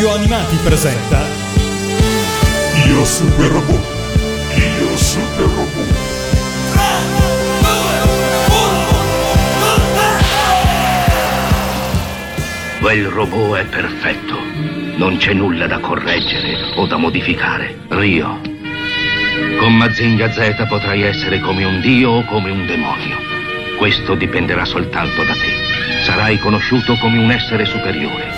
Radio Animati presenta Io Super Robot. Io Super Robot. Quel robot è perfetto. Non c'è nulla da correggere o da modificare. Rio. Con Mazinga Z potrai essere come un dio o come un demonio. Questo dipenderà soltanto da te. Sarai conosciuto come un essere superiore.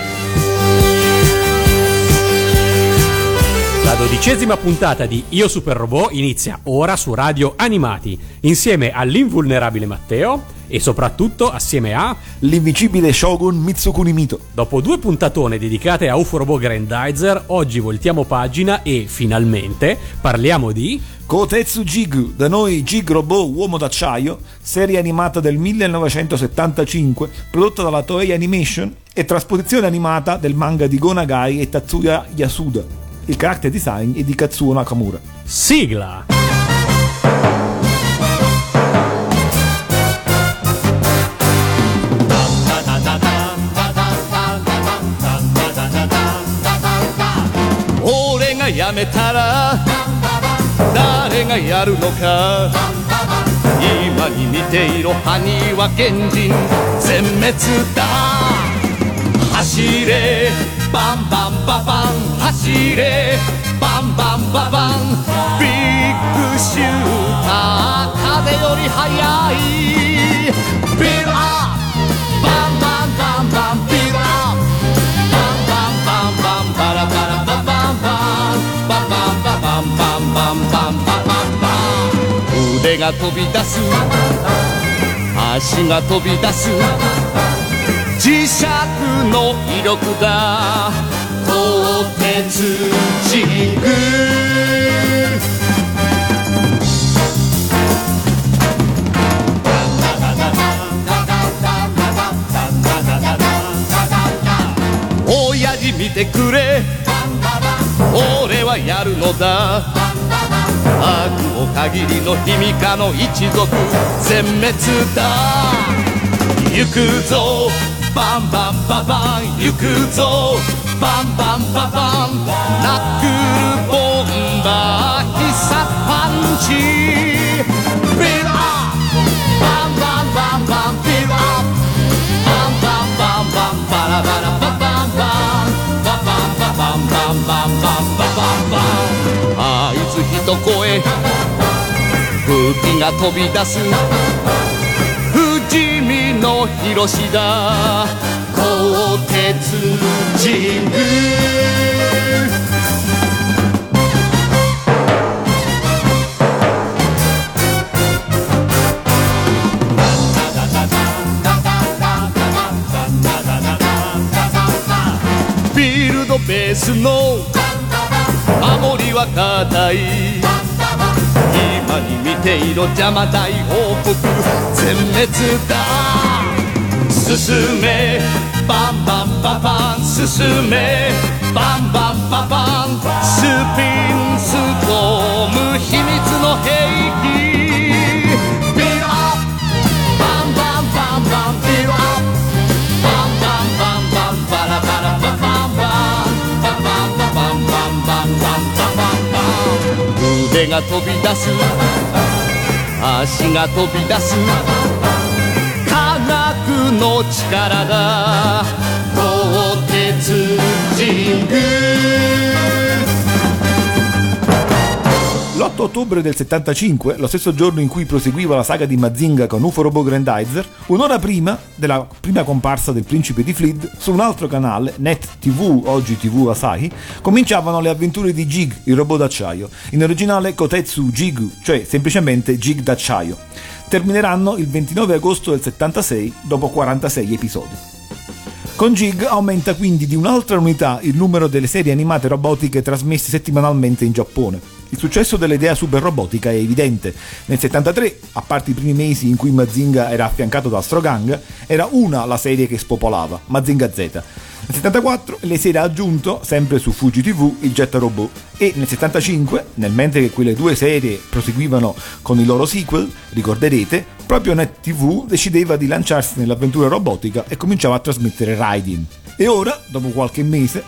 La 12ª puntata di Io Super Robot inizia ora su Radio Animati, insieme all'invulnerabile Matteo e soprattutto assieme a l'invincibile Shogun Mitsukuni Mito. Dopo 2 puntatone dedicate a UFO Robot Grandizer, oggi voltiamo pagina e finalmente parliamo di Kotetsu Jig, da noi Jig Robot Uomo d'Acciaio, serie animata del 1975, prodotta dalla Toei Animation e trasposizione animata del manga di Go Nagai e Tatsuya Yasuda. Il character design è di Katsuo Nakamura. Sigla! Ore ga yametara dare ga yaru no ka Ima ni niteiru hani wa genjin zenmetsu da Hashireバンバンババン走れバンバンババンビッグシューター風より速いビルアップバンバンバンバンビルアップバンバンバンバンバラバラババンバンバンバンババンバンバンバンババンバン腕が飛び出す足が飛び出す磁石の威力だ鋼鉄ジグ親父見てくれ俺はやるのだ悪を限りの卑弥呼の一族全滅だ行くぞバンバンババン行くぞバンバンババンナックルボンバー必殺パンチビルアップバンバンバンバンビルアップバンバンバンバンバラバラババンバンババンババンバンバンバンババンバンあいつ一声武器が飛び出す不死身の広しだ鋼鉄ジグビルドベースの守りは固い今に見ていろ邪魔大王国全滅だ進めバンバンババン進めバンバンババンスピンストーム秘密の兵器ビルアップバンバンバンバンビルアップバンバンバンバンバラバラババンバンババンババンバンバンバンババンバン腕が飛び出す足が飛び出す科学の力だ鋼鉄ジグ L'8 ottobre del 75, lo stesso giorno in cui proseguiva la saga di Mazinga con UFO Robot Grandizer, un'ora prima della prima comparsa del principe di Fleet, su un altro canale, Net TV, oggi TV Asahi, cominciavano le avventure di Jig, il robot d'acciaio, in originale Kotetsu Jigu, cioè semplicemente Jig d'acciaio. Termineranno il 29 agosto del 76, dopo 46 episodi. Con Jig aumenta quindi di un'altra unità il numero delle serie animate robotiche trasmesse settimanalmente in Giappone. Il successo dell'idea super robotica è evidente. Nel 73, a parte i primi mesi in cui Mazinga era affiancato da Astro Gang, era una la serie che spopolava, Mazinga Z. Nel 74 le si era aggiunto, sempre su Fuji TV, il Jet Robot e nel 75, nel mentre che quelle due serie proseguivano con i loro sequel, ricorderete, proprio Net TV decideva di lanciarsi nell'avventura robotica e cominciava a trasmettere Raiden. E ora, dopo qualche mese,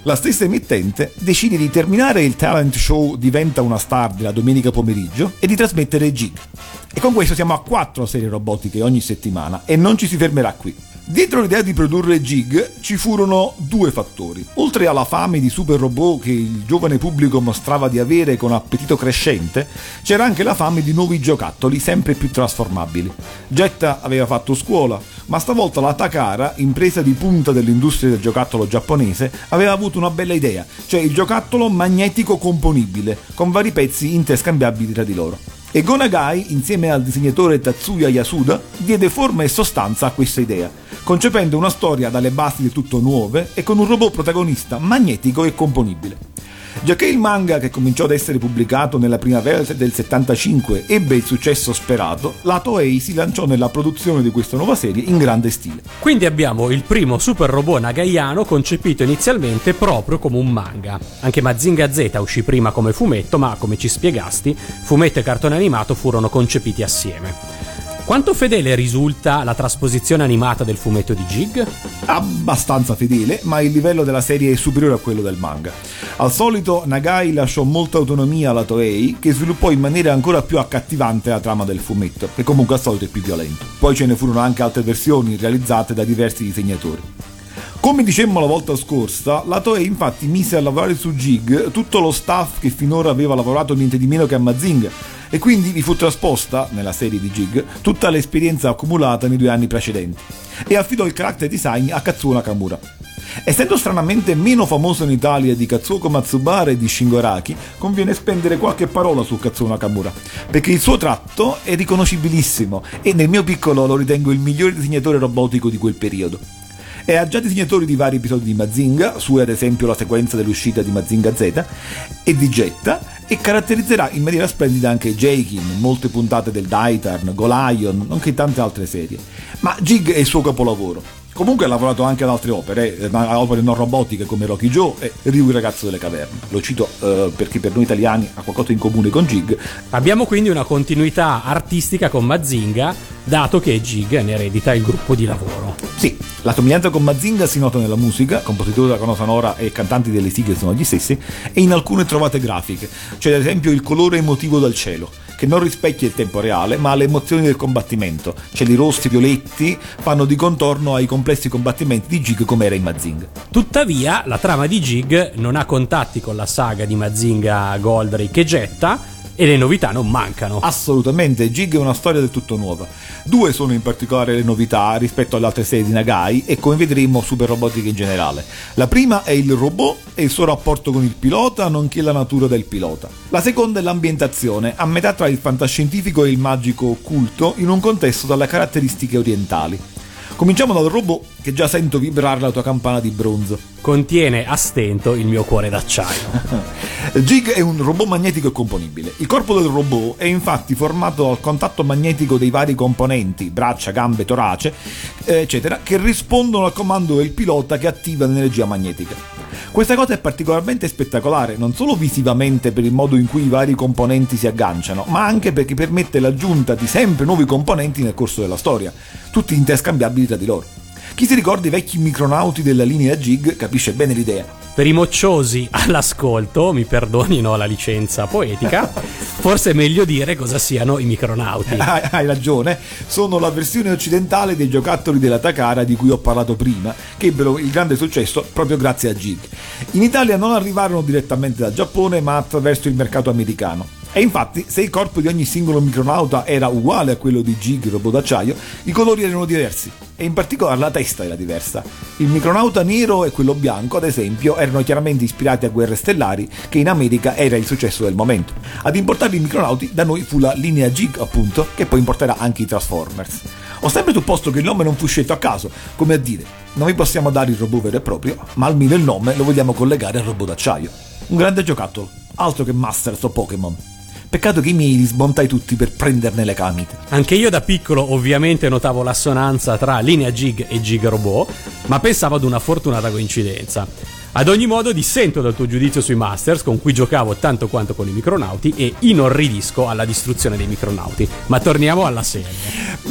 La stessa emittente decide di terminare il talent show Diventa una star della domenica pomeriggio e di trasmettere Jig. E con questo siamo a 4 serie robotiche ogni settimana e non ci si fermerà qui. Dietro l'idea di produrre Jig ci furono 2 fattori. Oltre alla fame di super robot che il giovane pubblico mostrava di avere con appetito crescente, c'era anche la fame di nuovi giocattoli sempre più trasformabili. Jetta aveva fatto scuola, ma stavolta la Takara, impresa di punta dell'industria del giocattolo giapponese, aveva avuto una bella idea, cioè il giocattolo magnetico componibile, con vari pezzi interscambiabili tra di loro. E Go Nagai, insieme al disegnatore Tatsuya Yasuda, diede forma e sostanza a questa idea, concependo una storia dalle basi del tutto nuove e con un robot protagonista magnetico e componibile. Giacché il manga, che cominciò ad essere pubblicato nella primavera del 75, ebbe il successo sperato, la Toei si lanciò nella produzione di questa nuova serie in grande stile. Quindi abbiamo il primo super robot nagaiano concepito inizialmente proprio come un manga. Anche Mazinga Z uscì prima come fumetto, ma come ci spiegasti, fumetto e cartone animato furono concepiti assieme. Quanto fedele risulta la trasposizione animata del fumetto di Jig? Abbastanza fedele, ma il livello della serie è superiore a quello del manga. Al solito Nagai lasciò molta autonomia alla Toei, che sviluppò in maniera ancora più accattivante la trama del fumetto, che comunque al solito è più violento. Poi ce ne furono anche altre versioni realizzate da diversi disegnatori. Come dicemmo la volta scorsa, la Toei infatti mise a lavorare su Jig tutto lo staff che finora aveva lavorato niente di meno che a Mazinga, e quindi vi fu trasposta, nella serie di Jig, tutta l'esperienza accumulata nei 2 anni precedenti, e affidò il character design a Kazuo Nakamura. Essendo stranamente meno famoso in Italia di Katsuko Matsubara e di Shingoraki, conviene spendere qualche parola su Kazuo Nakamura, perché il suo tratto è riconoscibilissimo e nel mio piccolo lo ritengo il migliore disegnatore robotico di quel periodo. Era già disegnatore di vari episodi di Mazinga, su ad esempio la sequenza dell'uscita di Mazinga Z, e di Jetta, e caratterizzerà in maniera splendida anche Jeikin, molte puntate del Daitarn, Golion, nonché tante altre serie. Ma Jig è il suo capolavoro. Comunque ha lavorato anche ad altre opere non robotiche come Rocky Joe e Ryu il ragazzo delle caverne. Lo cito perché per noi italiani ha qualcosa in comune con Jig. Abbiamo quindi una continuità artistica con Mazinga, dato che Jig ne eredita il gruppo di lavoro. Sì, la somiglianza con Mazinga si nota nella musica, compositore della colonna sonora e cantanti delle sigle sono gli stessi, e in alcune trovate grafiche. C'è ad esempio il colore emotivo del cielo, che non rispecchia il tempo reale ma le emozioni del combattimento. Cieli rossi e violetti fanno di contorno ai complessi combattimenti di Jig come era in Mazinga. Tuttavia la trama di Jig non ha contatti con la saga di Mazinga, Goldrake e Jetta, e le novità non mancano. Assolutamente, Jig è una storia del tutto nuova. 2 sono in particolare le novità rispetto alle altre serie di Nagai e come vedremo super robotica in generale. La prima è il robot e il suo rapporto con il pilota, nonché la natura del pilota. La seconda è l'ambientazione, a metà tra il fantascientifico e il magico occulto, in un contesto dalle caratteristiche orientali. Cominciamo dal robot, che già sento vibrare la tua campana di bronzo. Contiene a stento il mio cuore d'acciaio. Jig è un robot magnetico e componibile. Il corpo del robot è infatti formato dal contatto magnetico dei vari componenti, braccia, gambe, torace, eccetera, che rispondono al comando del pilota che attiva l'energia magnetica. Questa cosa è particolarmente spettacolare, non solo visivamente per il modo in cui i vari componenti si agganciano, ma anche perché permette l'aggiunta di sempre nuovi componenti nel corso della storia, tutti interscambiabili tra di loro. Chi si ricorda i vecchi micronauti della linea Jig capisce bene l'idea. Per i mocciosi all'ascolto, mi perdonino la licenza poetica, forse è meglio dire cosa siano i micronauti. Hai ragione, sono la versione occidentale dei giocattoli della Takara di cui ho parlato prima, che ebbero il grande successo proprio grazie a Jig. In Italia non arrivarono direttamente dal Giappone, ma attraverso il mercato americano. E infatti, se il corpo di ogni singolo micronauta era uguale a quello di Jig, robot d'acciaio, i colori erano diversi, e in particolare la testa era diversa. Il micronauta nero e quello bianco, ad esempio, erano chiaramente ispirati a Guerre Stellari, che in America era il successo del momento. Ad importare i micronauti da noi fu la linea Jig, appunto, che poi importerà anche i Transformers. Ho sempre supposto che il nome non fu scelto a caso, come a dire, non vi possiamo dare il robot vero e proprio, ma almeno il nome lo vogliamo collegare al robot d'acciaio. Un grande giocattolo, altro che Masters of Pokémon. Peccato che i miei li smontai tutti per prenderne le camite. Anche io da piccolo ovviamente notavo l'assonanza tra linea Jig e Jig Robot, ma pensavo ad una fortunata coincidenza. Ad ogni modo dissento dal tuo giudizio sui Masters, con cui giocavo tanto quanto con i micronauti, e inorridisco alla distruzione dei micronauti. Ma torniamo alla serie. Beh,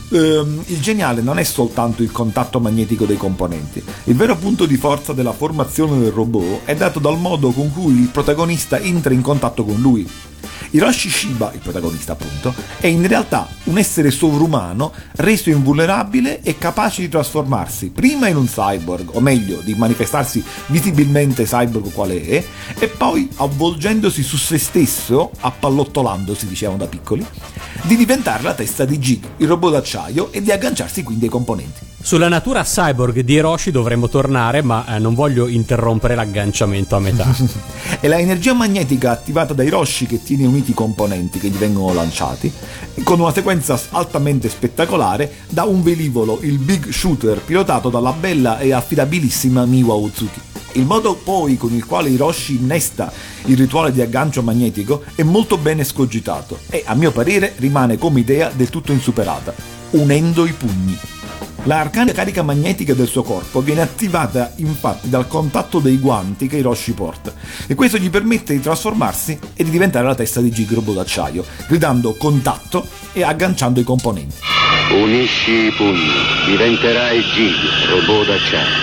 il geniale non è soltanto il contatto magnetico dei componenti. Il vero punto di forza della formazione del robot è dato dal modo con cui il protagonista entra in contatto con lui. Hiroshi Shiba, il protagonista appunto, è in realtà un essere sovrumano reso invulnerabile e capace di trasformarsi prima in un cyborg, o meglio di manifestarsi visibilmente cyborg quale è, e poi avvolgendosi su se stesso, appallottolandosi diciamo da piccoli, di diventare la testa di Jig, il robot d'acciaio, e di agganciarsi quindi ai componenti. Sulla natura cyborg di Hiroshi dovremmo tornare, ma non voglio interrompere l'agganciamento a metà. È la energia magnetica attivata da Hiroshi che tiene uniti i componenti che gli vengono lanciati, con una sequenza altamente spettacolare da un velivolo, il Big Shooter, pilotato dalla bella e affidabilissima Miwa Otsuki. Il modo poi con il quale Hiroshi innesta il rituale di aggancio magnetico è molto bene scogitato e, a mio parere, rimane come idea del tutto insuperata, unendo i pugni. La arcana carica magnetica del suo corpo viene attivata infatti dal contatto dei guanti che Hiroshi porta, e questo gli permette di trasformarsi e di diventare la testa di Jig robot d'acciaio, gridando contatto e agganciando i componenti. Unisci i pugni, diventerai Jig robot d'acciaio.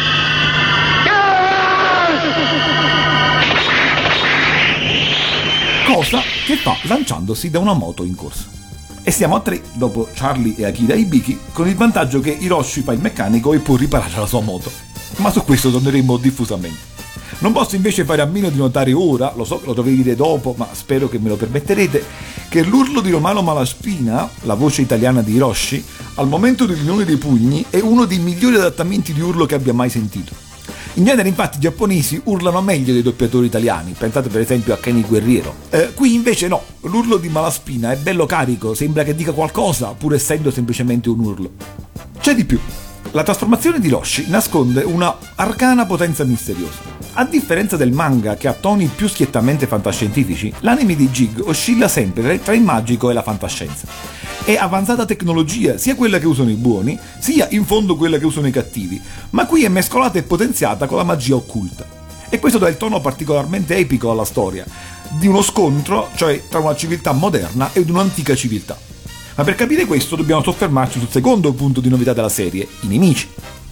Cosa che fa lanciandosi da una moto in corsa. E siamo a 3, dopo Charlie e Akira Hibiki, con il vantaggio che Hiroshi fa il meccanico e può riparare la sua moto. Ma su questo torneremo diffusamente. Non posso invece fare a meno di notare ora, lo so che lo dovevi dire dopo, ma spero che me lo permetterete, che l'urlo di Romano Malaspina, la voce italiana di Hiroshi, al momento dell'unione dei pugni è uno dei migliori adattamenti di urlo che abbia mai sentito. In genere infatti i giapponesi urlano meglio dei doppiatori italiani, pensate per esempio a Kenny Guerriero. Qui invece no, l'urlo di Malaspina è bello carico, sembra che dica qualcosa pur essendo semplicemente un urlo. C'è di più. La trasformazione di Hiroshi nasconde una arcana potenza misteriosa. A differenza del manga che ha toni più schiettamente fantascientifici, l'anime di Jig oscilla sempre tra il magico e la fantascienza. È avanzata tecnologia, sia quella che usano i buoni, sia in fondo quella che usano i cattivi, ma qui è mescolata e potenziata con la magia occulta. E questo dà il tono particolarmente epico alla storia, di uno scontro, cioè tra una civiltà moderna ed un'antica civiltà. Ma per capire questo dobbiamo soffermarci sul secondo punto di novità della serie, i nemici.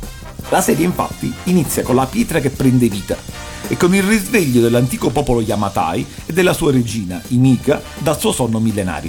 La serie infatti inizia con la pietra che prende vita e con il risveglio dell'antico popolo Yamatai e della sua regina, Himika, dal suo sonno millenario.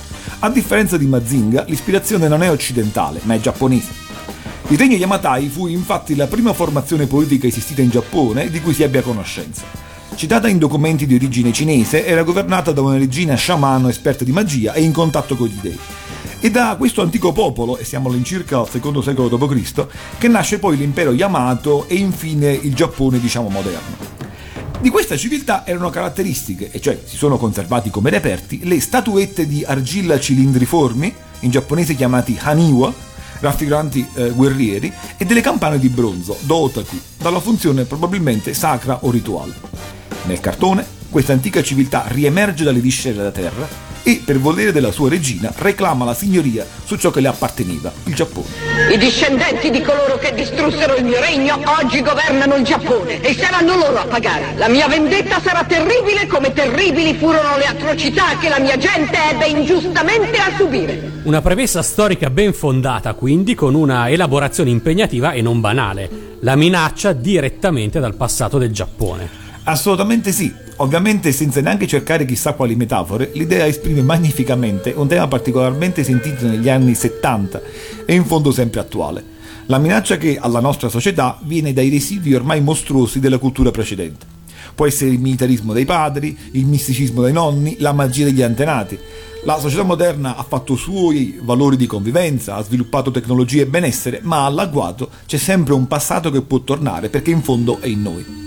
A differenza di Mazinga, l'ispirazione non è occidentale, ma è giapponese. Il regno Yamatai fu infatti la prima formazione politica esistita in Giappone di cui si abbia conoscenza. Citata in documenti di origine cinese, era governata da una regina sciamano esperta di magia e in contatto con gli dei. E da questo antico popolo, e siamo all'incirca al II secolo d.C., che nasce poi l'impero Yamato e infine il Giappone diciamo moderno. Di questa civiltà erano caratteristiche, e cioè si sono conservati come reperti, le statuette di argilla cilindriformi, in giapponese chiamati haniwa, raffiguranti guerrieri, e delle campane di bronzo, do-otaku, dalla funzione probabilmente sacra o rituale. Nel cartone, questa antica civiltà riemerge dalle viscere della terra e, per volere della sua regina, reclama la signoria su ciò che le apparteneva, il Giappone. I discendenti di coloro che distrussero il mio regno oggi governano il Giappone e saranno loro a pagare. La mia vendetta sarà terribile come terribili furono le atrocità che la mia gente ebbe ingiustamente a subire. Una premessa storica ben fondata, quindi, con una elaborazione impegnativa e non banale. La minaccia direttamente dal passato del Giappone. Assolutamente sì, ovviamente senza neanche cercare chissà quali metafore, l'idea esprime magnificamente un tema particolarmente sentito negli anni 70 e in fondo sempre attuale. La minaccia che alla nostra società viene dai residui ormai mostruosi della cultura precedente. Può essere il militarismo dei padri, il misticismo dei nonni, la magia degli antenati. La società moderna ha fatto suoi valori di convivenza, ha sviluppato tecnologie e benessere, ma all'agguato c'è sempre un passato che può tornare perché in fondo è in noi.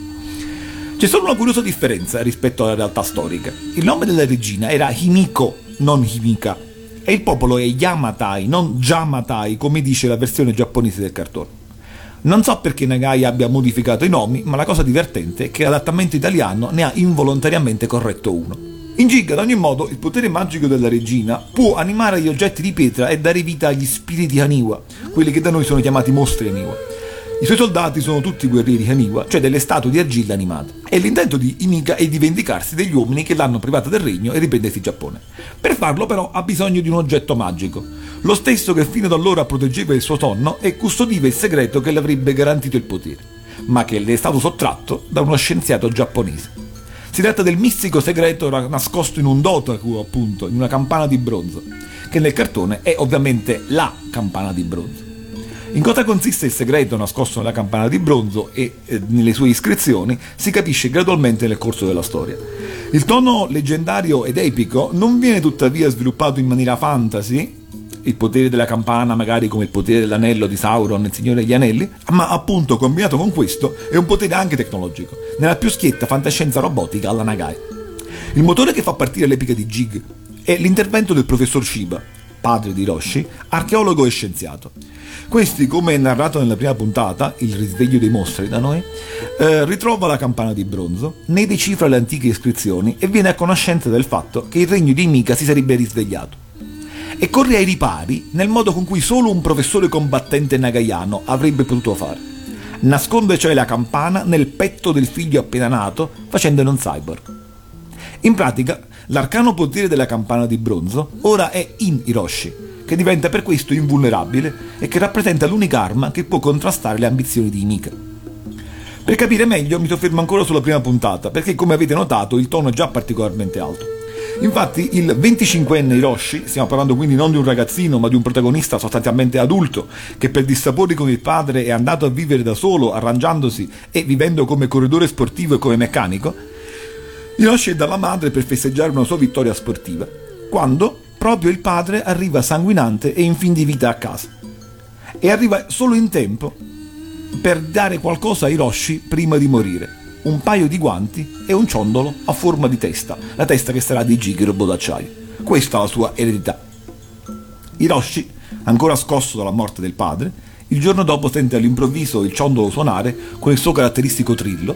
C'è solo una curiosa differenza rispetto alla realtà storica. Il nome della regina era Himiko, non Himika, e il popolo è Yamatai, non Jamatai, come dice la versione giapponese del cartone. Non so perché Nagai abbia modificato i nomi, ma la cosa divertente è che l'adattamento italiano ne ha involontariamente corretto uno. In Jig, ad ogni modo, il potere magico della regina può animare gli oggetti di pietra e dare vita agli spiriti Haniwa, quelli che da noi sono chiamati mostri Haniwa. I suoi soldati sono tutti guerrieri Haniwa, cioè delle statue di argilla animate. E l'intento di Himika è di vendicarsi degli uomini che l'hanno privata del regno e riprendersi il Giappone. Per farlo però ha bisogno di un oggetto magico, lo stesso che fino ad allora proteggeva il suo sonno e custodiva il segreto che le avrebbe garantito il potere, ma che le è stato sottratto da uno scienziato giapponese. Si tratta del mistico segreto nascosto in un dotaku, appunto, in una campana di bronzo, che nel cartone è ovviamente la campana di bronzo. In cosa consiste il segreto nascosto nella campana di bronzo e nelle sue iscrizioni si capisce gradualmente nel corso della storia. Il tono leggendario ed epico non viene tuttavia sviluppato in maniera fantasy, il potere della campana magari come il potere dell'anello di Sauron, il Signore degli Anelli, ma appunto combinato con questo è un potere anche tecnologico, nella più schietta fantascienza robotica alla Nagai. Il motore che fa partire l'epica di Jig è l'intervento del professor Shiba, padre di Hiroshi, archeologo e scienziato. Questi, come è narrato nella prima puntata, il risveglio dei mostri da noi, ritrova la campana di bronzo, ne decifra le antiche iscrizioni e viene a conoscenza del fatto che il regno di Himika si sarebbe risvegliato. E corre ai ripari nel modo con cui solo un professore combattente nagaiano avrebbe potuto fare. Nasconde cioè la campana nel petto del figlio appena nato, facendone un cyborg. In pratica, l'arcano potere della campana di bronzo ora è in Hiroshi, che diventa per questo invulnerabile e che rappresenta l'unica arma che può contrastare le ambizioni di Himika. Per capire meglio mi soffermo ancora sulla prima puntata, perché come avete notato il tono è già particolarmente alto. Infatti il 25enne Hiroshi, stiamo parlando quindi non di un ragazzino ma di un protagonista sostanzialmente adulto che per dissapori con il padre è andato a vivere da solo, arrangiandosi e vivendo come corridore sportivo e come meccanico, Hiroshi è dalla madre per festeggiare una sua vittoria sportiva, quando proprio il padre arriva sanguinante e in fin di vita a casa. E arriva solo in tempo per dare qualcosa a Hiroshi prima di morire. Un paio di guanti e un ciondolo a forma di testa, la testa che sarà di Jig, il robot d'acciaio. Questa è la sua eredità. Hiroshi, ancora scosso dalla morte del padre, il giorno dopo sente all'improvviso il ciondolo suonare con il suo caratteristico trillo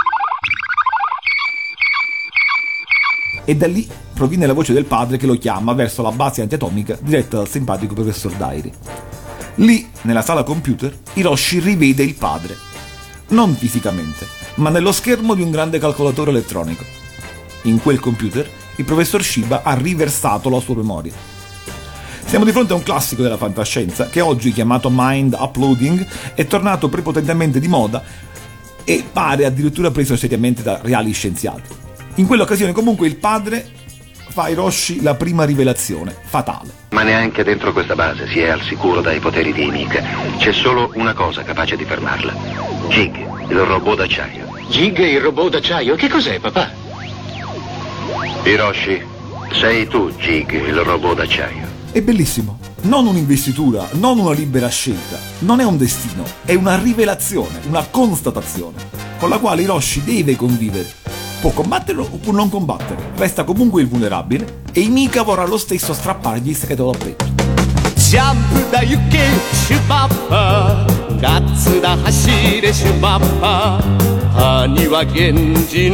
e da lì proviene la voce del padre che lo chiama verso la base antiatomica diretta dal simpatico professor Dairi. Lì, nella sala computer, Hiroshi rivede il padre, non fisicamente, ma nello schermo di un grande calcolatore elettronico. In quel computer il professor Shiba ha riversato la sua memoria. Siamo di fronte a un classico della fantascienza che oggi, chiamato mind uploading, è tornato prepotentemente di moda e pare addirittura preso seriamente da reali scienziati. In quell'occasione comunque il padre fa a Hiroshi la prima rivelazione, fatale. Ma neanche dentro questa base si è al sicuro dai poteri di Himika. C'è solo una cosa capace di fermarla. Jig, il robot d'acciaio. Jig, il robot d'acciaio? Che cos'è, papà? Hiroshi, sei tu, Jig, il robot d'acciaio. È bellissimo. Non un'investitura, non una libera scelta. Non è un destino, è una rivelazione, una constatazione, con la quale Hiroshi deve convivere. Può combattere o può non combattere, resta comunque invulnerabile e Himika vorrà lo stesso strappargli il segreto dal petto. ジャンプだ行けシュバッパーガッツだ走れシュバッパー兄は原人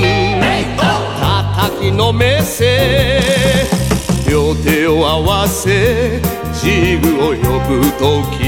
叩きのめせ両手を合わせジグを呼ぶとき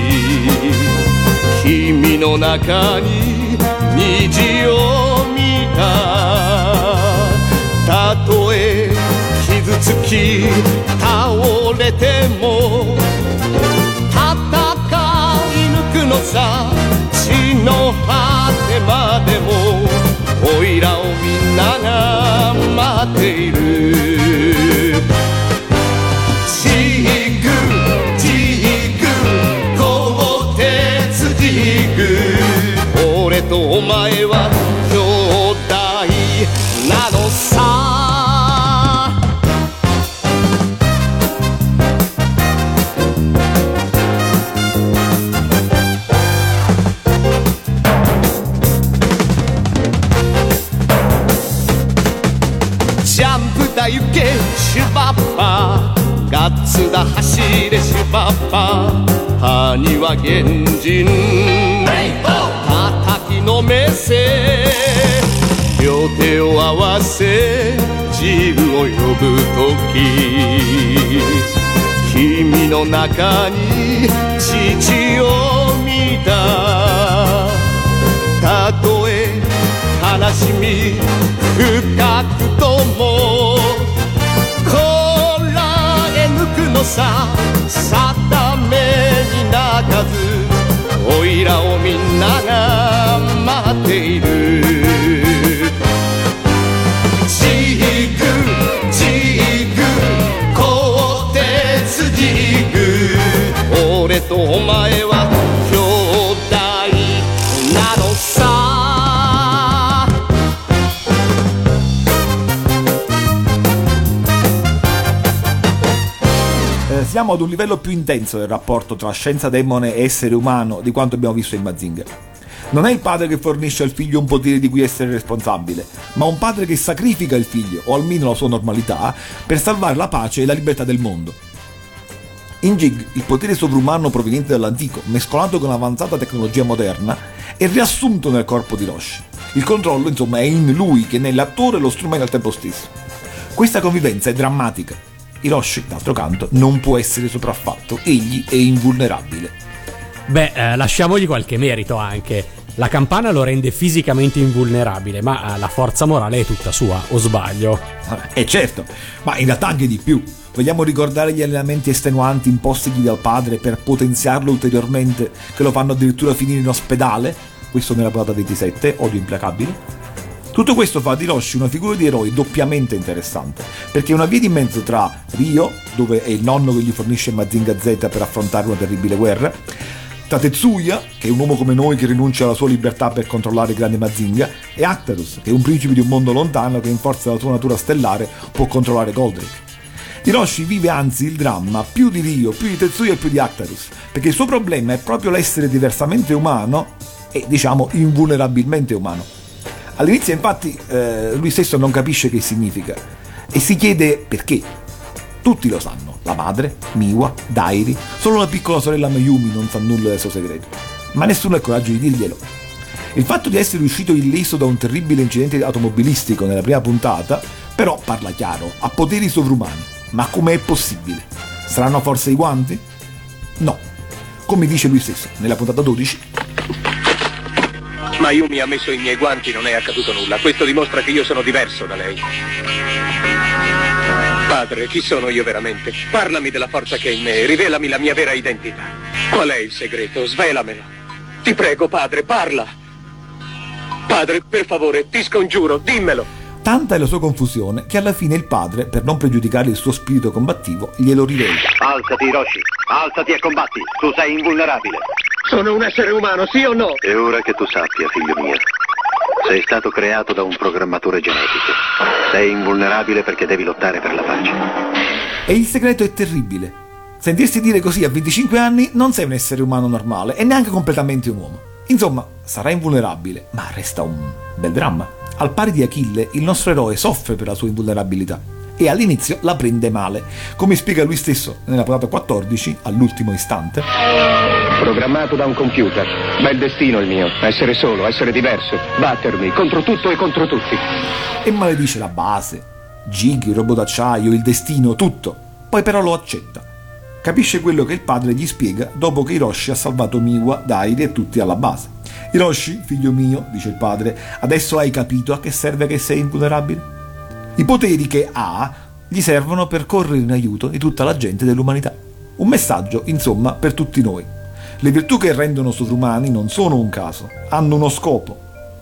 君の中に虹を見たたとえ傷つき倒れても戦い抜くのさ地の果てまでもおいらをみんなが待っているジーグジーグ鋼鉄ジーグ俺とお前は兄弟なのさ行けシュバッパーガッツだ走れシュバッパー兄は原人叩きのめせ両手を合わせジグを呼ぶとき君の中に父を見たしみ深くともこらえ抜くのさ定めに泣かずおいらをみんなが待っているジグジグ鋼鉄ジグ俺とお前は兄弟なのさ Siamo ad un livello più intenso del rapporto tra scienza demone e essere umano di quanto abbiamo visto in Mazinger. Non è il padre che fornisce al figlio un potere di cui essere responsabile, ma un padre che sacrifica il figlio, o almeno la sua normalità, per salvare la pace e la libertà del mondo. In Jig, il potere sovrumano proveniente dall'antico, mescolato con l'avanzata tecnologia moderna, è riassunto nel corpo di Roshi. Il controllo, insomma, è in lui, che è l'attore e lo strumento al tempo stesso. Questa convivenza è drammatica. Hiroshi, d'altro canto, non può essere sopraffatto, egli è invulnerabile. Beh, lasciamogli qualche merito anche. La campana lo rende fisicamente invulnerabile, ma la forza morale è tutta sua, o sbaglio? Certo, ma in realtà anche di più. Vogliamo ricordare gli allenamenti estenuanti impostigli dal padre per potenziarlo ulteriormente, che lo fanno addirittura finire in ospedale? Questo nella puntata 27, Odio implacabile. Tutto questo fa di Hiroshi una figura di eroe doppiamente interessante, perché è una via di mezzo tra Ryo, dove è il nonno che gli fornisce Mazinga Z per affrontare una terribile guerra, tra Tetsuya, che è un uomo come noi che rinuncia alla sua libertà per controllare il grande Mazinga, e Actarus, che è un principe di un mondo lontano che in forza della sua natura stellare può controllare Goldrake. Hiroshi vive anzi il dramma più di Ryo, più di Tetsuya e più di Actarus, perché il suo problema è proprio l'essere diversamente umano e, diciamo, invulnerabilmente umano. All'inizio infatti lui stesso non capisce che significa e si chiede perché. Tutti lo sanno, la madre, Miwa, Dairi, solo la piccola sorella Mayumi non sa nulla del suo segreto, ma nessuno ha il coraggio di dirglielo. Il fatto di essere uscito illeso da un terribile incidente automobilistico nella prima puntata però parla chiaro, ha poteri sovrumani, ma come è possibile? Saranno forse i guanti? No, come dice lui stesso nella puntata 12. Mayumi ha messo i miei guanti, non è accaduto nulla. Questo dimostra che io sono diverso da lei. Padre, chi sono io veramente? Parlami della forza che è in me, rivelami la mia vera identità. Qual è il segreto? Svelamelo. Ti prego, padre, parla. Padre, per favore, ti scongiuro, dimmelo. Tanta è la sua confusione che alla fine il padre, per non pregiudicare il suo spirito combattivo, glielo rivela. Alzati, Hiroshi, alzati e combatti, tu sei invulnerabile. Sono un essere umano, sì o no? È ora che tu sappia, figlio mio. Sei stato creato da un programmatore genetico. Sei invulnerabile perché devi lottare per la pace. E il segreto è terribile. Sentirsi dire così a 25 anni non sei un essere umano normale e neanche completamente un uomo. Insomma, sarà invulnerabile, ma resta un bel dramma. Al pari di Achille, il nostro eroe soffre per la sua invulnerabilità e all'inizio la prende male, come spiega lui stesso nella puntata 14, all'ultimo istante. Programmato da un computer. Bel destino il mio, essere solo, essere diverso, battermi contro tutto e contro tutti. E maledice la base, Jig, il robot d'acciaio, il destino, tutto. Poi però lo accetta. Capisce quello che il padre gli spiega dopo che Hiroshi ha salvato Miwa, Dairi e tutti alla base. Hiroshi, figlio mio, dice il padre, adesso hai capito a che serve che sei invulnerabile? I poteri che ha gli servono per correre in aiuto di tutta la gente dell'umanità. Un messaggio, insomma, per tutti noi. Le virtù che rendono sovrumani non sono un caso, hanno uno scopo.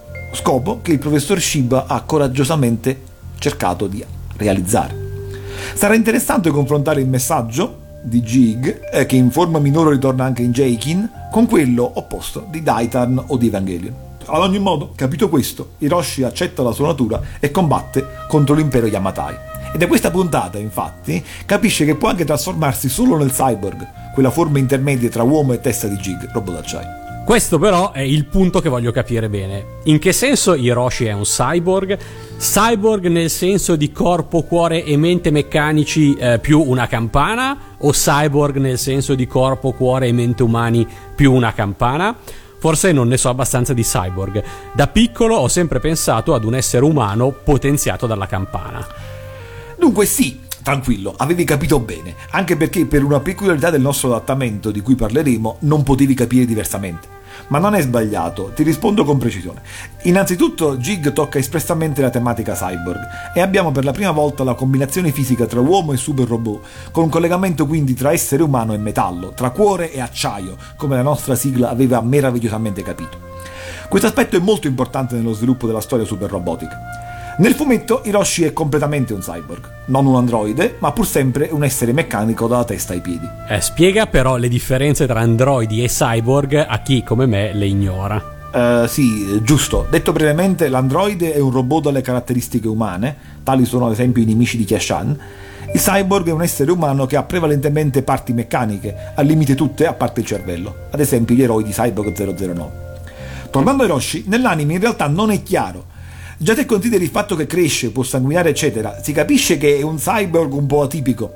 Scopo che il professor Shiba ha coraggiosamente cercato di realizzare. Sarà interessante confrontare il messaggio di Jig, che in forma minore ritorna anche in Jeikin, con quello opposto di Daitan o di Evangelion. Ad ogni modo, capito questo, Hiroshi accetta la sua natura e combatte contro l'impero Yamatai. E da questa puntata, infatti, capisce che può anche trasformarsi solo nel cyborg, quella forma intermedia tra uomo e testa di Jig, robot d'acciaio. Questo però è il punto che voglio capire bene. In che senso Hiroshi è un cyborg? Cyborg nel senso di corpo, cuore e mente meccanici più una campana? O cyborg nel senso di corpo, cuore e mente umani più una campana? Forse non ne so abbastanza di cyborg. Da piccolo ho sempre pensato ad un essere umano potenziato dalla campana. Dunque sì, tranquillo, avevi capito bene, anche perché per una peculiarità del nostro adattamento di cui parleremo non potevi capire diversamente. Ma non è sbagliato, ti rispondo con precisione. Innanzitutto Jig tocca espressamente la tematica cyborg e abbiamo per la prima volta la combinazione fisica tra uomo e super robot, con un collegamento quindi tra essere umano e metallo, tra cuore e acciaio, come la nostra sigla aveva meravigliosamente capito. Questo aspetto è molto importante nello sviluppo della storia super robotica. Nel fumetto Hiroshi è completamente un cyborg, non un androide, ma pur sempre un essere meccanico dalla testa ai piedi. Spiega però le differenze tra androidi e cyborg a chi come me le ignora. Sì, giusto. Detto brevemente, l'androide è un robot dalle caratteristiche umane, tali sono ad esempio i nemici di Kiashan. Il cyborg è un essere umano che ha prevalentemente parti meccaniche, al limite tutte a parte il cervello, ad esempio gli eroi di Cyborg 009. Tornando a Hiroshi, nell'anime in realtà non è chiaro. Già se consideri il fatto che cresce, può sanguinare eccetera, si capisce che è un cyborg un po' atipico,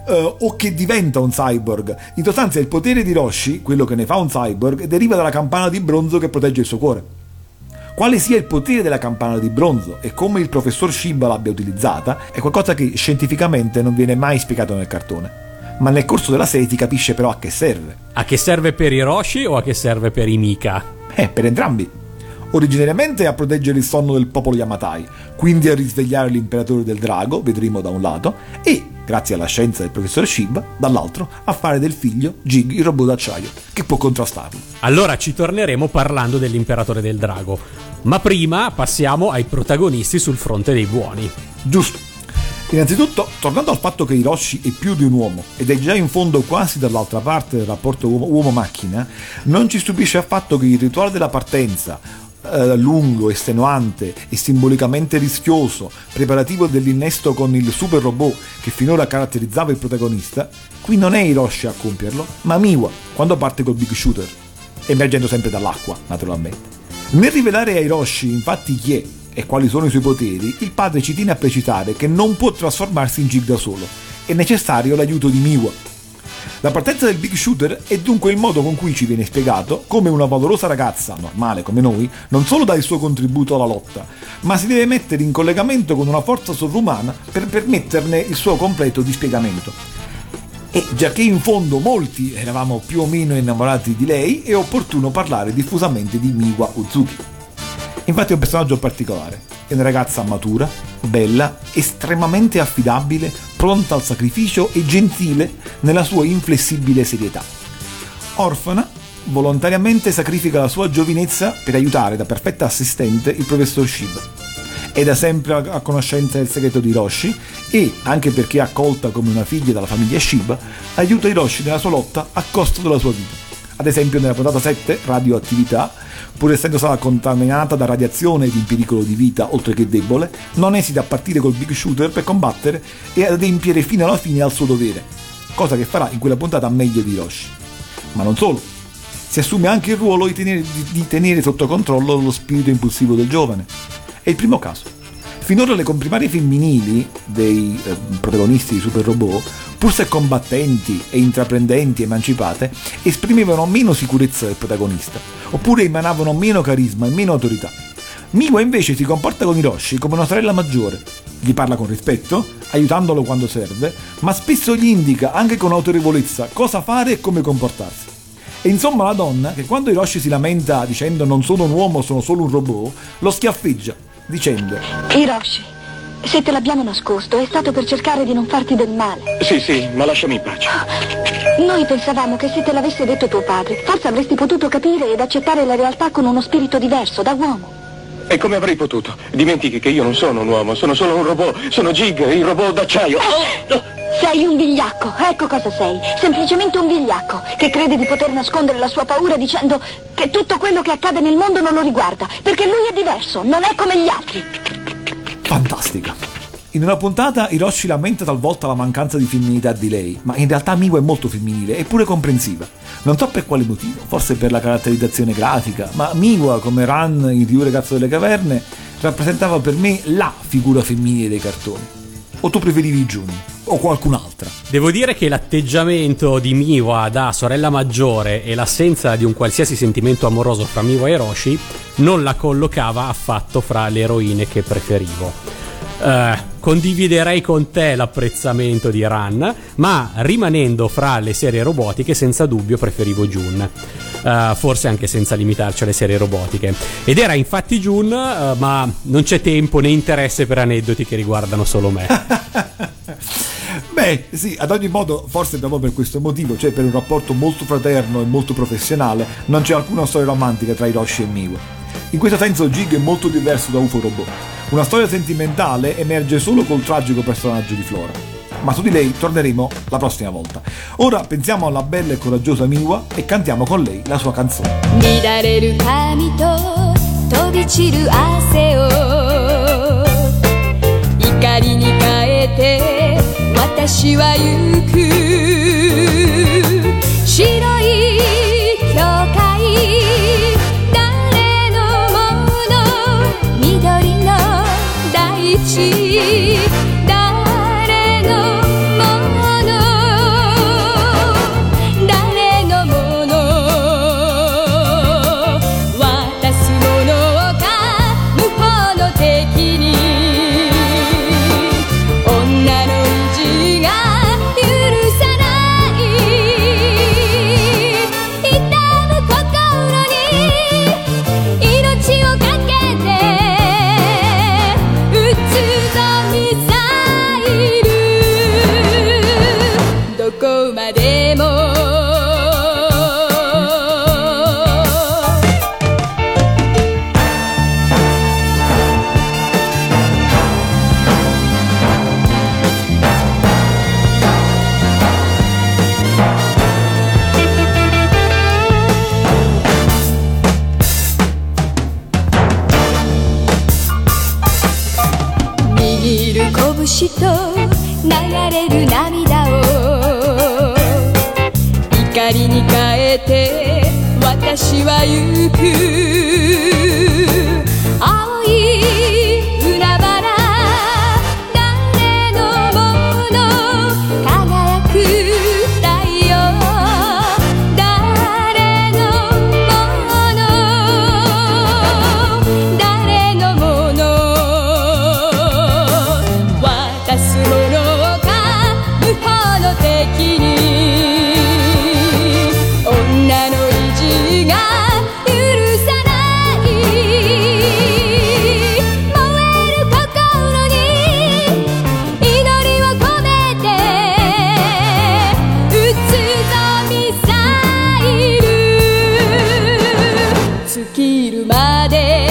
o che diventa un cyborg. In sostanza il potere di Hiroshi, quello che ne fa un cyborg, deriva dalla campana di bronzo che protegge il suo cuore. Quale sia il potere della campana di bronzo e come il professor Shiba l'abbia utilizzata è qualcosa che scientificamente non viene mai spiegato nel cartone. Ma nel corso della serie si capisce però a che serve. A che serve per Hiroshi o a che serve per i Mika? Per entrambi. Originariamente a proteggere il sonno del popolo Yamatai, quindi a risvegliare l'imperatore del drago, vedremo da un lato, e, grazie alla scienza del professor Shiba, dall'altro, a fare del figlio Jig il robot d'acciaio, che può contrastarlo. Allora ci torneremo parlando dell'imperatore del drago, ma prima passiamo ai protagonisti sul fronte dei buoni. Giusto. Innanzitutto, tornando al fatto che Hiroshi è più di un uomo ed è già in fondo quasi dall'altra parte del rapporto uomo-macchina, non ci stupisce affatto che il rituale della partenza, lungo, estenuante e simbolicamente rischioso, preparativo dell'innesto con il super robot che finora caratterizzava il protagonista, qui non è Hiroshi a compierlo, ma Miwa, quando parte col Big Shooter, emergendo sempre dall'acqua, naturalmente. Nel rivelare a Hiroshi infatti chi è e quali sono i suoi poteri, il padre ci tiene a precisare che non può trasformarsi in Jig da solo, è necessario l'aiuto di Miwa. La partenza del Big Shooter è dunque il modo con cui ci viene spiegato come una valorosa ragazza, normale come noi, non solo dà il suo contributo alla lotta, ma si deve mettere in collegamento con una forza sovrumana per permetterne il suo completo dispiegamento. E giacché in fondo molti eravamo più o meno innamorati di lei, è opportuno parlare diffusamente di Miwa Uzuki. Infatti è un personaggio particolare, è una ragazza matura, bella, estremamente affidabile, pronta al sacrificio e gentile nella sua inflessibile serietà. Orfana, volontariamente sacrifica la sua giovinezza per aiutare da perfetta assistente il professor Shiba. È da sempre a conoscenza del segreto di Hiroshi e, anche perché è accolta come una figlia dalla famiglia Shiba, aiuta Hiroshi nella sua lotta a costo della sua vita. Ad esempio nella puntata 7, Radioattività, pur essendo stata contaminata da radiazione ed in pericolo di vita oltre che debole, non esita a partire col Big Shooter per combattere e ad adempiere fino alla fine al suo dovere, cosa che farà in quella puntata meglio di Hiroshi. Ma non solo, si assume anche il ruolo di tenere sotto controllo lo spirito impulsivo del giovane. È il primo caso. Finora le comprimarie femminili dei protagonisti di Super Robot, pur se combattenti e intraprendenti emancipate, esprimevano meno sicurezza del protagonista, oppure emanavano meno carisma e meno autorità. Miwa invece si comporta con Hiroshi come una sorella maggiore, gli parla con rispetto, aiutandolo quando serve, ma spesso gli indica anche con autorevolezza cosa fare e come comportarsi. E insomma la donna, che quando Hiroshi si lamenta dicendo non sono un uomo, sono solo un robot, lo schiaffeggia, dicendo: Hiroshi, se te l'abbiamo nascosto è stato per cercare di non farti del male. Sì, ma lasciami in pace. Noi pensavamo che se te l'avesse detto tuo padre, forse avresti potuto capire ed accettare la realtà con uno spirito diverso, da uomo. E come avrei potuto? Dimentichi che io non sono un uomo, sono solo un robot. Sono Jig, il robot d'acciaio. Sei un vigliacco, ecco cosa sei. Semplicemente un vigliacco che crede di poter nascondere la sua paura dicendo che tutto quello che accade nel mondo non lo riguarda, perché lui è diverso, non è come gli altri. Fantastica. In una puntata Hiroshi lamenta talvolta la mancanza di femminilità di lei, ma in realtà Miwa è molto femminile e pure comprensiva. Non so per quale motivo, forse per la caratterizzazione grafica, ma Miwa, come Ran in TV Ragazzo delle Caverne, rappresentava per me la figura femminile dei cartoni. O tu preferivi Jun? O qualcun'altra? Devo dire che l'atteggiamento di Miwa da sorella maggiore e l'assenza di un qualsiasi sentimento amoroso fra Miwa e Hiroshi non la collocava affatto fra le eroine che preferivo. Condividerei con te l'apprezzamento di Ran, ma rimanendo fra le serie robotiche senza dubbio preferivo Jun. forse anche senza limitarci alle serie robotiche. Ed era infatti June, ma non c'è tempo né interesse per aneddoti che riguardano solo me. Beh, sì, ad ogni modo, forse proprio per questo motivo, cioè per un rapporto molto fraterno e molto professionale, non c'è alcuna storia romantica tra Hiroshi e Miwa. In questo senso Jig è molto diverso da UFO Robot. Una storia sentimentale emerge solo col tragico personaggio di Flora. Ma su di lei torneremo la prossima volta. Ora pensiamo alla bella e coraggiosa Miwa e cantiamo con lei la sua canzone. 乱れる髪と飛び散る汗を怒りに変えて私は行く白い教会誰のもの緑の大地誰のもの誰のもの渡すものか無法の敵に女の意地が許さない痛む心に命をかけて撃つぞミサイルどこまでも握る拳と流れる涙を怒りに変えて私は行く青い海原誰のもの輝く太陽誰のもの誰のもの渡すものか無法の敵に女の意地が許さない燃える心に祈りを込めて撃つぞミサイル尽きるまで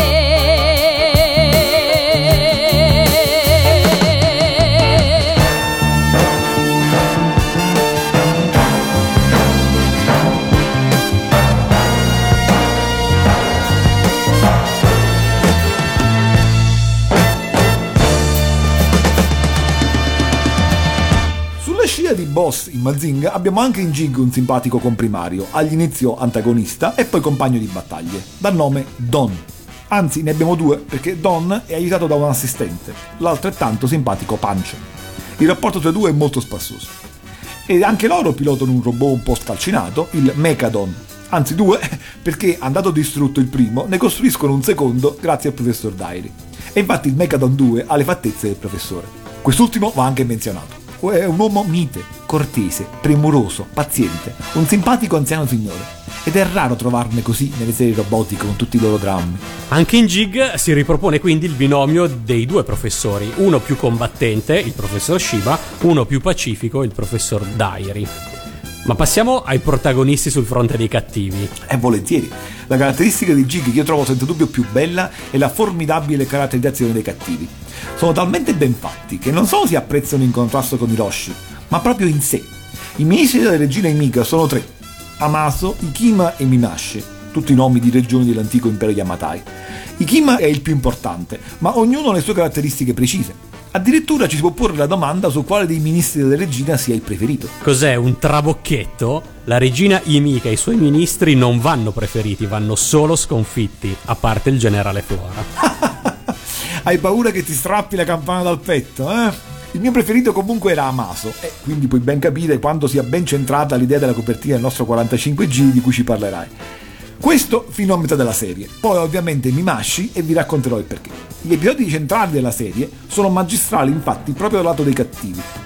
Sulla scia di Boss in Mazinga abbiamo anche in Jig un simpatico comprimario, all'inizio antagonista e poi compagno di battaglie, dal nome Don. Anzi, ne abbiamo due, perché Don è aiutato da un assistente, l'altrettanto simpatico Punch. Il rapporto tra i due è molto spassoso. E anche loro pilotano un robot un po' scalcinato, il Mechadon. Anzi due, perché andato distrutto il primo, ne costruiscono un secondo grazie al professor Dairy. E infatti il Mechadon 2 ha le fattezze del professore. Quest'ultimo va anche menzionato. È un uomo mite, cortese, premuroso, paziente, un simpatico anziano signore. Ed è raro trovarne così nelle serie robotiche con tutti i loro drammi. Anche in Jig si ripropone quindi il binomio dei due professori, uno più combattente, il professor Shiba, uno più pacifico, il professor Dairy. Ma passiamo ai protagonisti sul fronte dei cattivi. Volentieri. La caratteristica di Jig che io trovo senza dubbio più bella è la formidabile caratterizzazione dei cattivi. Sono talmente ben fatti che non solo si apprezzano in contrasto con Hiroshi, ma proprio in sé. I ministri della regina Emika sono tre: Amaso, Ikima e Mimashi, tutti nomi di regioni dell'antico impero Yamatai. Ikima è il più importante, ma ognuno ha le sue caratteristiche precise. Addirittura ci si può porre la domanda su quale dei ministri della regina sia il preferito. Cos'è, un trabocchetto? La regina Emika e i suoi ministri non vanno preferiti, vanno solo sconfitti, a parte il generale Flora. Hai paura che ti strappi la campana dal petto, eh? Il mio preferito comunque era Amaso, e quindi puoi ben capire quanto sia ben centrata l'idea della copertina del nostro 45G di cui ci parlerai. Questo fino a metà della serie, poi ovviamente Mimashi e vi racconterò il perché. Gli episodi centrali della serie sono magistrali infatti proprio dal lato dei cattivi.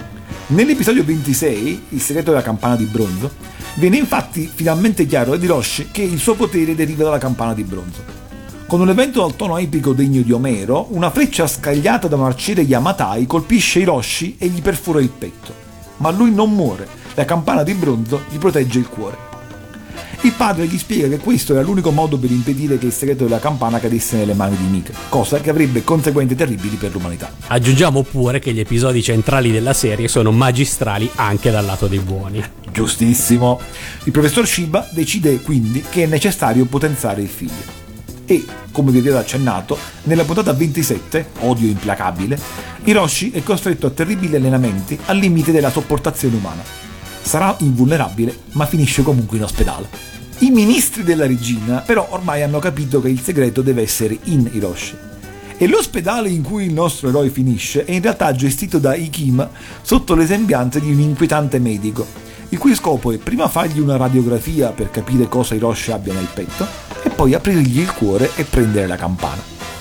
Nell'episodio 26, Il segreto della campana di bronzo, viene infatti finalmente chiaro ad Hiroshi che il suo potere deriva dalla campana di bronzo. Con un evento dal tono epico degno di Omero, una freccia scagliata da un arciere Yamatai colpisce Hiroshi e gli perfora il petto. Ma lui non muore, la campana di bronzo gli protegge il cuore. Il padre gli spiega che questo era l'unico modo per impedire che il segreto della campana cadesse nelle mani di Mika, cosa che avrebbe conseguenze terribili per l'umanità. Aggiungiamo pure che gli episodi centrali della serie sono magistrali anche dal lato dei buoni. Giustissimo. Il professor Shiba decide quindi che è necessario potenziare il figlio. E, come vi avevo accennato, nella puntata 27, Odio implacabile, Hiroshi è costretto a terribili allenamenti al limite della sopportazione umana. Sarà invulnerabile, ma finisce comunque in ospedale. I ministri della regina però ormai hanno capito che il segreto deve essere in Hiroshi. E l'ospedale in cui il nostro eroe finisce è in realtà gestito da Ikima sotto le sembianze di un inquietante medico, il cui scopo è prima fargli una radiografia per capire cosa Hiroshi abbia nel petto e poi aprirgli il cuore e prendere la campana.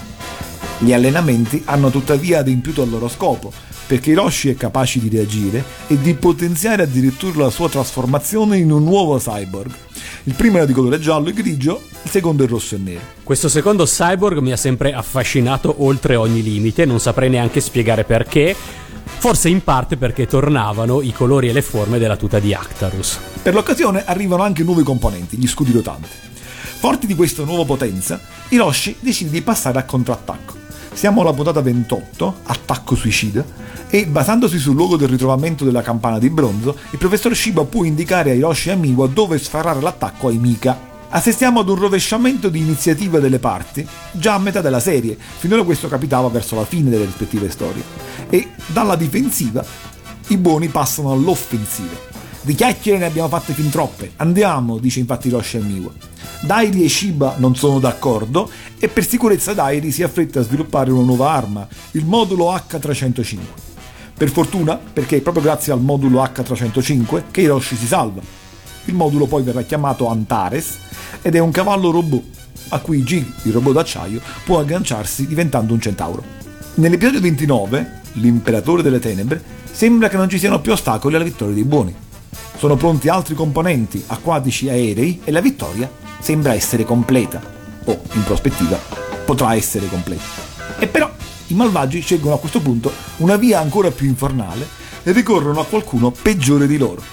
Gli allenamenti hanno tuttavia adempiuto al loro scopo, perché Hiroshi è capace di reagire e di potenziare addirittura la sua trasformazione in un nuovo cyborg. Il primo era di colore giallo e grigio, il secondo è rosso e nero. Questo secondo cyborg mi ha sempre affascinato oltre ogni limite, non saprei neanche spiegare perché, forse in parte perché tornavano i colori e le forme della tuta di Actarus. Per l'occasione arrivano anche nuovi componenti, gli scudi rotanti. Forti di questa nuova potenza, Hiroshi decide di passare a contrattacco. Siamo alla puntata 28, attacco suicida, e basandosi sul luogo del ritrovamento della campana di bronzo, il professor Shiba può indicare a Hiroshi e a Miwa dove sferrare l'attacco ai Mika. Assistiamo ad un rovesciamento di iniziativa delle parti, già a metà della serie, finora questo capitava verso la fine delle rispettive storie, e dalla difensiva i buoni passano all'offensiva. Di chiacchiere ne abbiamo fatte fin troppe, andiamo, dice infatti Hiroshi a Miwa. Dairi e Shiba non sono d'accordo e per sicurezza Dairi si affretta a sviluppare una nuova arma, il modulo H305. Per fortuna, perché è proprio grazie al modulo H305 che Hiroshi si salva. Il modulo poi verrà chiamato Antares ed è un cavallo robot a cui Jig, il robot d'acciaio, può agganciarsi diventando un centauro. Nell'episodio 29, l'imperatore delle tenebre, sembra che non ci siano più ostacoli alla vittoria dei buoni. Sono pronti altri componenti acquatici e aerei e la vittoria sembra essere completa, o in prospettiva potrà essere completa. E però i malvagi scelgono a questo punto una via ancora più infernale e ricorrono a qualcuno peggiore di loro.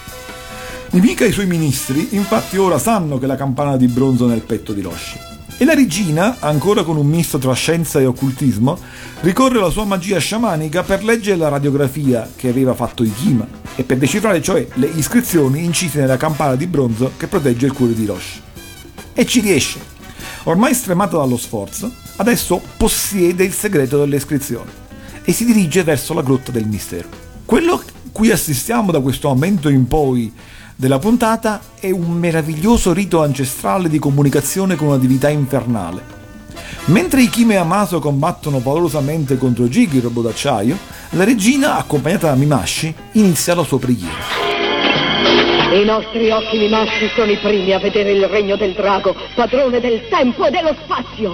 I Mika e i suoi ministri infatti ora sanno che la campana di bronzo è nel petto di Hiroshi. E la regina, ancora con un misto tra scienza e occultismo, ricorre alla sua magia sciamanica per leggere la radiografia che aveva fatto Ikima e per decifrare cioè le iscrizioni incise nella campana di bronzo che protegge il cuore di Hiroshi. E ci riesce. Ormai stremato dallo sforzo, adesso possiede il segreto delle iscrizioni e si dirige verso la grotta del mistero. Quello cui assistiamo da questo momento in poi della puntata è un meraviglioso rito ancestrale di comunicazione con una divinità infernale. Mentre Ikime e Amaso combattono valorosamente contro Jig, il robot d'acciaio, la regina, accompagnata da Mimashi, inizia la sua preghiera. I nostri occhi Mimashi sono i primi a vedere il regno del drago, padrone del tempo e dello spazio.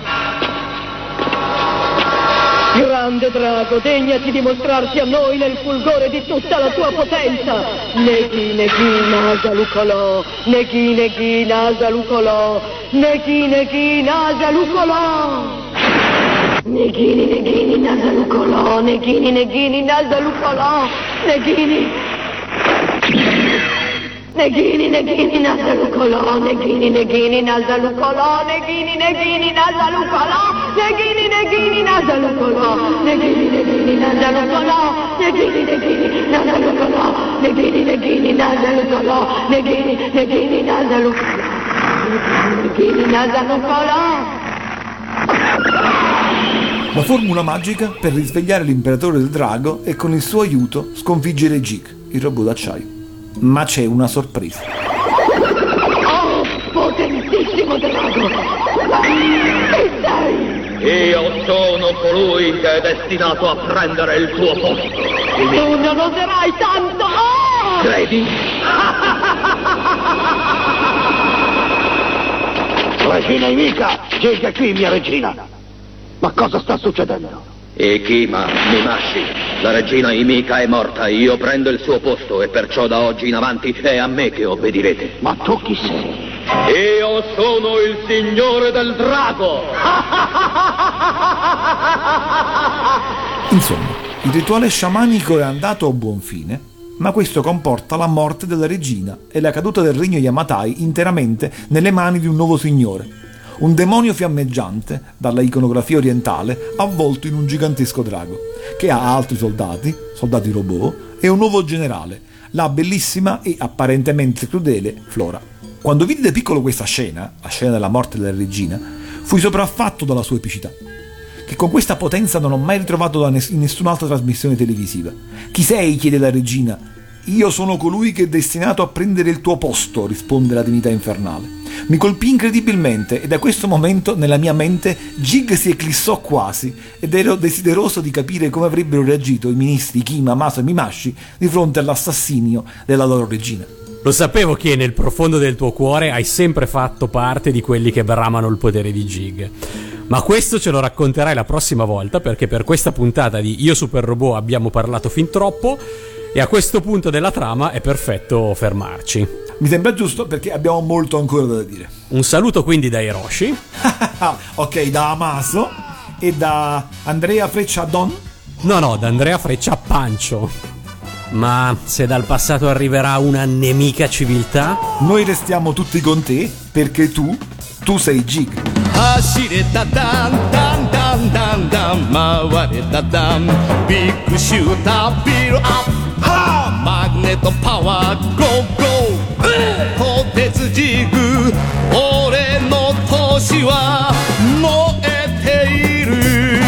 Grande drago, degnati di mostrarti a noi nel fulgore di tutta la tua potenza. Neghi, neghi, nasalucolò, neghi, neghi, nasalucolò, neghi, neghi, nasalucolò. Neghini, neghini, nasalucolò, neghini, neghini, nasalucolò, neghini. Neghini, neghini, nasalucolò, neghini, neghini, nasalucolò, neghini, neghini, nasalucolò, neghini, neghini, nasalucolò, neghini, neghini, nasalucolò, neghini, neghini, nasalucolò, neghini, neghini, nasalucolò, neghini, neghini, nasalucolò, neghini, nasalucolò. La formula magica per risvegliare l'imperatore del drago e con il suo aiuto sconfiggere Jig, il robot d'acciaio. Ma c'è una sorpresa. Oh, potentissimo drago! Chi sei? Io sono colui che è destinato a prendere il tuo posto. Tu non oserai tanto! Oh! Credi? Regina Mika, Jig è qui, mia regina. Ma cosa sta succedendo? E Kima Mimashi, la regina Himika è morta, io prendo il suo posto e perciò da oggi in avanti è a me che obbedirete. Ma tu chi sei? Io sono il signore del drago! Insomma, il rituale sciamanico è andato a buon fine, ma questo comporta la morte della regina e la caduta del regno Yamatai interamente nelle mani di un nuovo signore, un demonio fiammeggiante, dalla iconografia orientale, avvolto in un gigantesco drago, che ha altri soldati robot, e un nuovo generale, la bellissima e apparentemente crudele Flora. Quando vidi da piccolo questa scena, la scena della morte della regina, fui sopraffatto dalla sua epicità, che con questa potenza non ho mai ritrovato in nessun'altra trasmissione televisiva. Chi sei? Chiede la regina. Io sono colui che è destinato a prendere il tuo posto, risponde la divinità infernale. Mi colpì incredibilmente e da questo momento nella mia mente Jig si eclissò quasi ed ero desideroso di capire come avrebbero reagito i ministri Kima, Maso e Mimashi di fronte all'assassinio della loro regina. Lo sapevo che nel profondo del tuo cuore hai sempre fatto parte di quelli che bramano il potere di Jig. Ma questo ce lo racconterai la prossima volta, perché per questa puntata di Io Super Robot abbiamo parlato fin troppo e a questo punto della trama è perfetto fermarci. Mi sembra giusto perché abbiamo molto ancora da dire. Un saluto quindi da Hiroshi. Ok, da Amaso e da Andrea Freccia Don. No, da Andrea Freccia Pancio. Ma se dal passato arriverà una nemica civiltà? Noi restiamo tutti con te perché tu sei Jig. 走れたダンダンダンダンダン回れたダンビッグシュータービルアップマグネットパワーゴーゴー鋼鉄ジグ俺の闘志は燃えている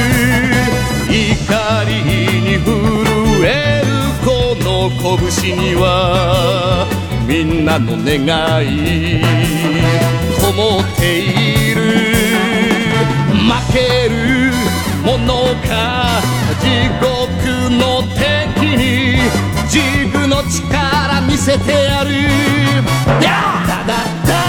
怒りに震えるこの拳にはみんなの願い灯っている負けるものか地獄の敵にジグの力見せてやるダダダダ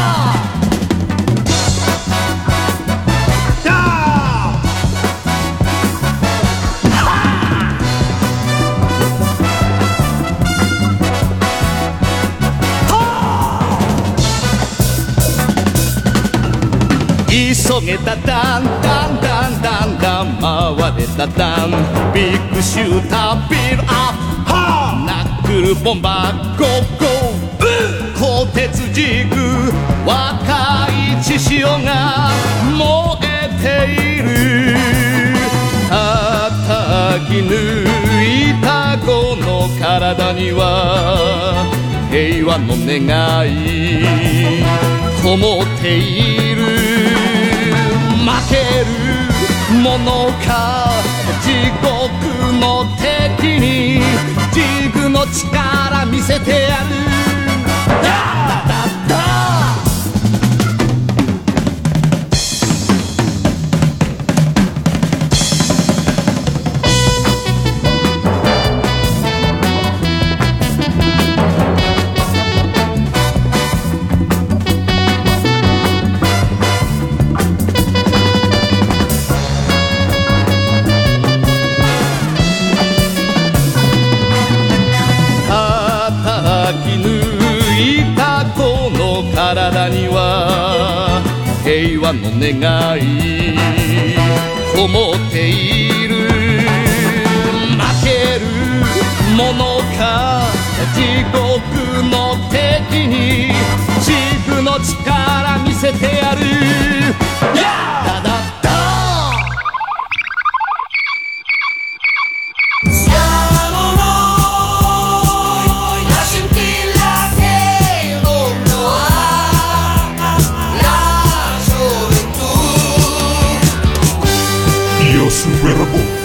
急げたダンダンダンダンダン回れたダンビッグシュータービルアップナックルボンバーゴーゴー鋼鉄ジグ若い血潮が燃えている叩き抜いたこの体には平和の願い灯っている負けるものか地獄の敵にジグの力見せてやるダダダダ体には平和の願い灯っている負けるものか地獄の敵にジグの力見せてやるダダダ Super Robot.